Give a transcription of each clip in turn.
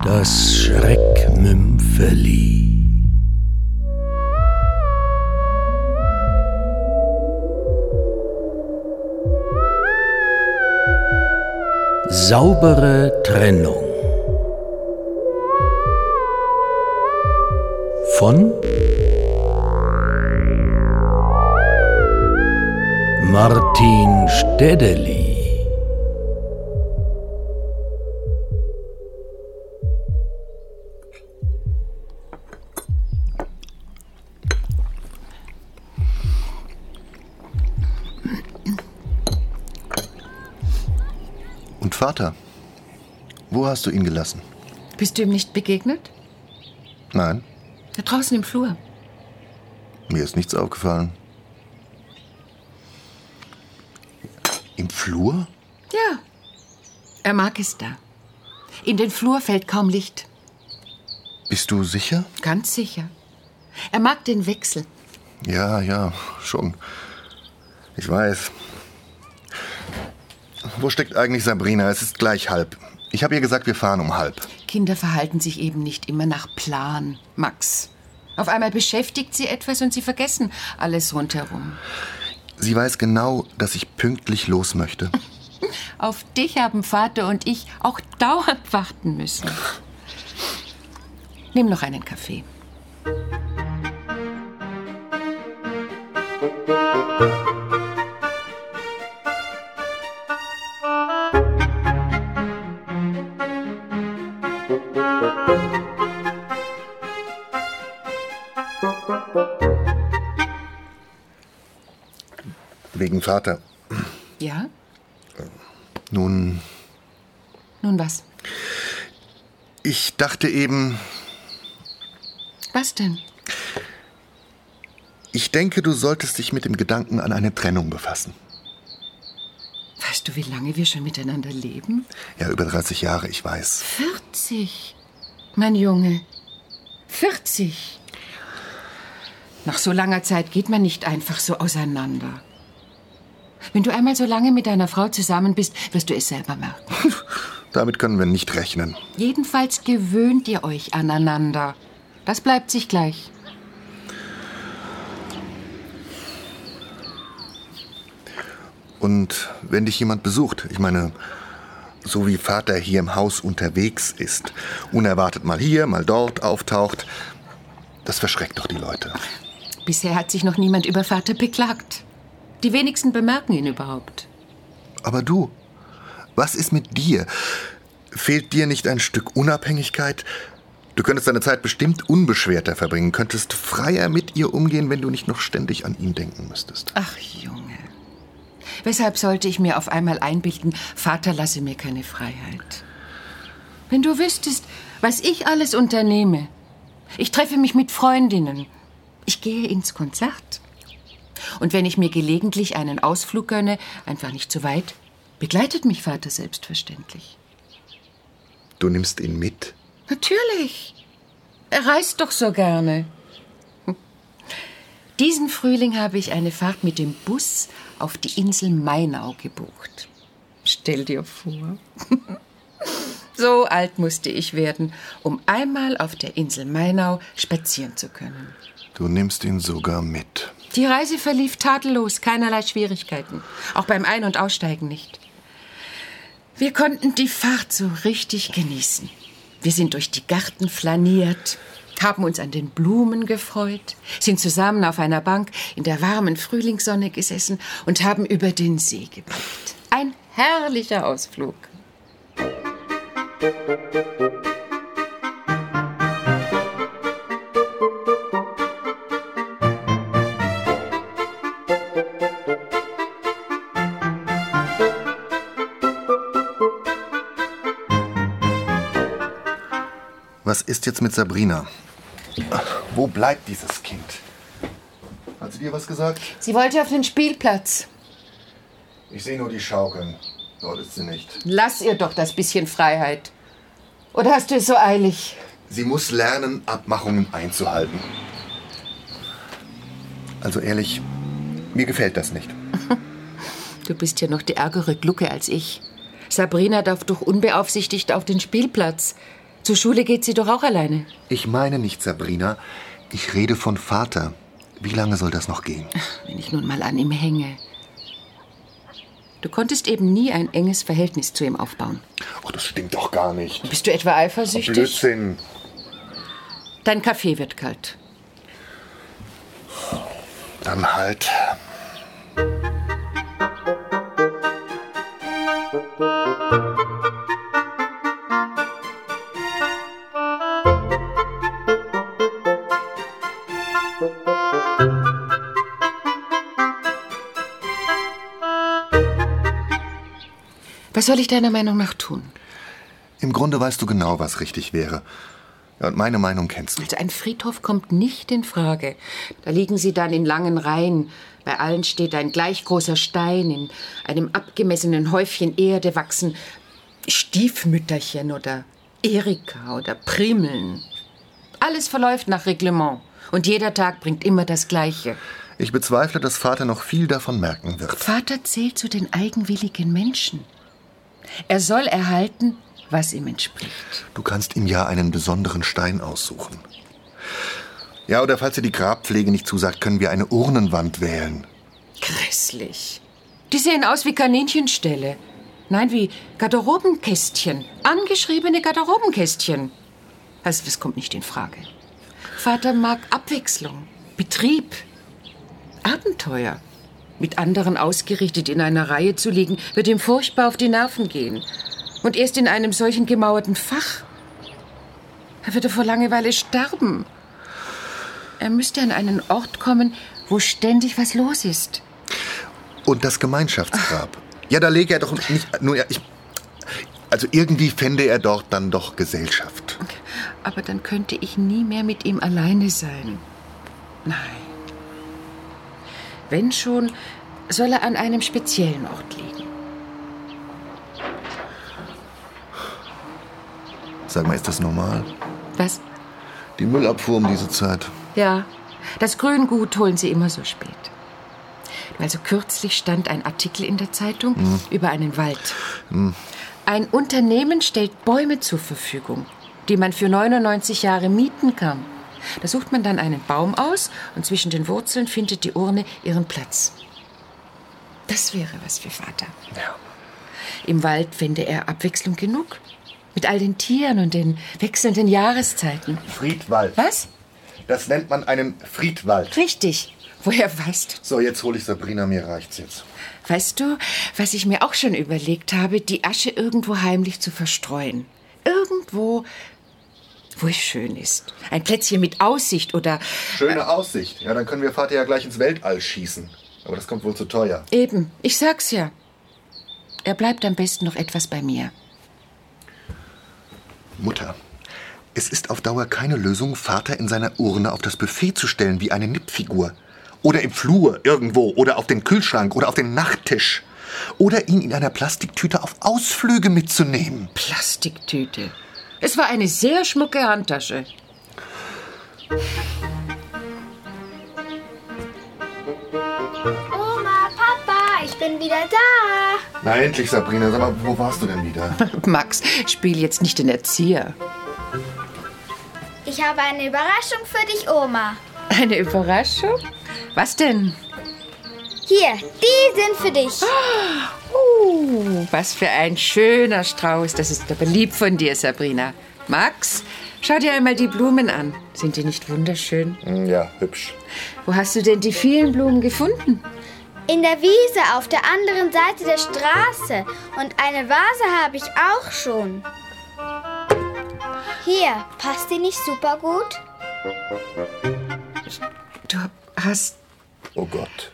Das Schreckmümpfeli. Saubere Trennung von Martin Stedeli. Und Vater, wo hast du ihn gelassen? Bist du ihm nicht begegnet? Nein, Da draußen im Flur. mir ist nichts aufgefallen. Im Flur? Ja, er mag es da. In den Flur fällt kaum Licht. Bist du sicher? Ganz sicher. Er mag den Wechsel. Ja, schon. Ich weiß. Wo steckt eigentlich Sabrina? Es ist gleich 1:30. Ich habe ihr gesagt, wir fahren um 1:30. Kinder verhalten sich eben nicht immer nach Plan, Max. Auf einmal beschäftigt sie etwas und sie vergessen alles rundherum. Sie weiß genau, dass ich pünktlich los möchte. Auf dich haben Vater und ich auch dauernd warten müssen. Nimm noch einen Kaffee. Wegen Vater. Ja? Nun, Nun was? ich dachte eben, Was denn? ich denke, du solltest dich mit dem Gedanken an eine Trennung befassen. Weißt du, wie lange wir schon miteinander leben? Ja, über 30 Jahre, ich weiß. 40. Mein Junge. 40. Nach so langer Zeit geht man nicht einfach so auseinander. Wenn du einmal so lange mit deiner Frau zusammen bist, wirst du es selber merken. Damit können wir nicht rechnen. Jedenfalls gewöhnt ihr euch aneinander. Das bleibt sich gleich. Und wenn dich jemand besucht, ich meine, so wie Vater hier im Haus unterwegs ist, unerwartet mal hier, mal dort auftaucht, das verschreckt doch die Leute. Bisher hat sich noch niemand über Vater beklagt. Die wenigsten bemerken ihn überhaupt. Aber du, was ist mit dir? Fehlt dir nicht ein Stück Unabhängigkeit? Du könntest deine Zeit bestimmt unbeschwerter verbringen, könntest freier mit ihr umgehen, wenn du nicht noch ständig an ihn denken müsstest. Ach, Junge. Weshalb sollte ich mir auf einmal einbilden, Vater lasse mir keine Freiheit? Wenn du wüsstest, was ich alles unternehme. Ich treffe mich mit Freundinnen. Ich gehe ins Konzert. Und wenn ich mir gelegentlich einen Ausflug gönne, einfach nicht zu weit, begleitet mich Vater selbstverständlich. Du nimmst ihn mit? Natürlich. Er reist doch so gerne. Diesen Frühling habe ich eine Fahrt mit dem Bus auf die Insel Mainau gebucht. Stell dir vor. So alt musste ich werden, um einmal auf der Insel Mainau spazieren zu können. Du nimmst ihn sogar mit. Die Reise verlief tadellos, keinerlei Schwierigkeiten. Auch beim Ein- und Aussteigen nicht. Wir konnten die Fahrt so richtig genießen. Wir sind durch die Gärten flaniert, haben uns an den Blumen gefreut, sind zusammen auf einer Bank in der warmen Frühlingssonne gesessen und haben über den See geblickt. Ein herrlicher Ausflug. Was ist jetzt mit Sabrina? Wo bleibt dieses Kind? Hat sie dir was gesagt? Sie wollte auf den Spielplatz. Ich sehe nur die Schaukeln. Dort ist sie nicht. Lass ihr doch das bisschen Freiheit. Oder hast du es so eilig? Sie muss lernen, Abmachungen einzuhalten. Also ehrlich, mir gefällt das nicht. Du bist ja noch die ärgere Glucke als ich. Sabrina darf doch unbeaufsichtigt auf den Spielplatz. Zur Schule geht sie doch auch alleine. Ich meine nicht, Sabrina. Ich rede von Vater. Wie lange soll das noch gehen? Wenn ich nun mal an ihm hänge. Du konntest eben nie ein enges Verhältnis zu ihm aufbauen. Oh, das stimmt doch gar nicht. Bist du etwa eifersüchtig? Blödsinn. Dein Kaffee wird kalt. Dann halt. Was soll ich deiner Meinung nach tun? Im Grunde weißt du genau, was richtig wäre. Ja, und meine Meinung kennst du. Also ein Friedhof kommt nicht in Frage. Da liegen sie dann in langen Reihen. Bei allen steht ein gleich großer Stein. In einem abgemessenen Häufchen Erde wachsen Stiefmütterchen oder Erika oder Primeln. Alles verläuft nach Reglement. Und jeder Tag bringt immer das Gleiche. Ich bezweifle, dass Vater noch viel davon merken wird. Vater zählt zu den eigenwilligen Menschen. Er soll erhalten, was ihm entspricht. Du kannst ihm ja einen besonderen Stein aussuchen. Ja, oder falls dir die Grabpflege nicht zusagt, können wir eine Urnenwand wählen. Grässlich. Die sehen aus wie Kaninchenställe. Nein, wie Garderobenkästchen. Angeschriebene Garderobenkästchen. Also das kommt nicht in Frage. Vater mag Abwechslung, Betrieb, Abenteuer. Mit anderen ausgerichtet in einer Reihe zu liegen, wird ihm furchtbar auf die Nerven gehen. Und erst in einem solchen gemauerten Fach. Er würde vor Langeweile sterben. Er müsste an einen Ort kommen, wo ständig was los ist. Und das Gemeinschaftsgrab. Ja, da lege er doch nicht nur... Also irgendwie fände er dort dann doch Gesellschaft. Aber dann könnte ich nie mehr mit ihm alleine sein. Nein. Wenn schon, soll er an einem speziellen Ort liegen. Sag mal, ist das normal? Was? Die Müllabfuhr um diese Zeit. Ja, das Grüngut holen sie immer so spät. Also kürzlich stand ein Artikel in der Zeitung über einen Wald. Ein Unternehmen stellt Bäume zur Verfügung, die man für 99 Jahre mieten kann. Da sucht man dann einen Baum aus und zwischen den Wurzeln findet die Urne ihren Platz. Das wäre was für Vater. Ja. Im Wald fände er Abwechslung genug. Mit all den Tieren und den wechselnden Jahreszeiten. Friedwald. Was? Das nennt man einen Friedwald. Richtig. Woher weißt du? So, jetzt hole ich Sabrina, mir reicht's jetzt. Weißt du, was ich mir auch schon überlegt habe, die Asche irgendwo heimlich zu verstreuen. Irgendwo, wo es schön ist. Ein Plätzchen mit Aussicht oder... Schöne Aussicht. Ja, dann können wir Vater ja gleich ins Weltall schießen. Aber das kommt wohl zu teuer. Eben, ich sag's ja. Er bleibt am besten noch etwas bei mir. Mutter, es ist auf Dauer keine Lösung, Vater in seiner Urne auf das Buffet zu stellen wie eine Nippfigur. Oder im Flur irgendwo. Oder auf den Kühlschrank. Oder auf den Nachttisch. Oder ihn in einer Plastiktüte auf Ausflüge mitzunehmen. Plastiktüte. Es war eine sehr schmucke Handtasche. Oma, Papa, ich bin wieder da. Na endlich, Sabrina. Sag mal, wo warst du denn wieder? Max, spiel jetzt nicht den Erzieher. Ich habe eine Überraschung für dich, Oma. Eine Überraschung? Was denn? Hier, die sind für dich. Was für ein schöner Strauß. Das ist aber lieb von dir, Sabrina. Max, schau dir einmal die Blumen an. Sind die nicht wunderschön? Ja, hübsch. Wo hast du denn die vielen Blumen gefunden? In der Wiese auf der anderen Seite der Straße. Und eine Vase habe ich auch schon. Hier, passt die nicht super gut? Du hast... Oh Gott.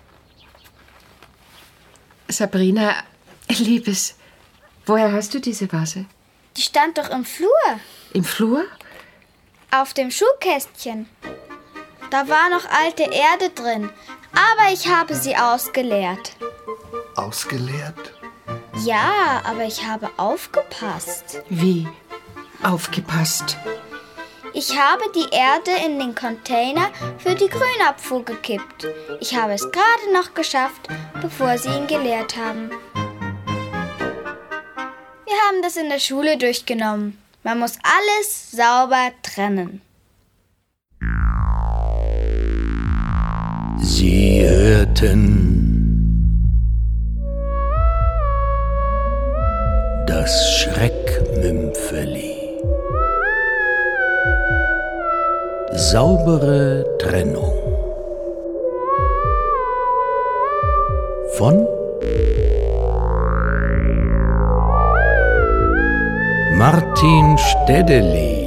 Sabrina, Liebes, woher hast du diese Vase? Die stand doch im Flur. Im Flur? Auf dem Schuhkästchen. Da war noch alte Erde drin. Aber ich habe sie ausgeleert. Ausgeleert? Ja, aber ich habe aufgepasst. Wie? Aufgepasst. Ich habe die Erde in den Container für die Grünabfuhr gekippt. Ich habe es gerade noch geschafft, bevor sie ihn geleert haben. Wir haben das in der Schule durchgenommen. Man muss alles sauber trennen. Sie hörten das Schreckmümpfeli. Saubere Trennung von Martin Stedeli.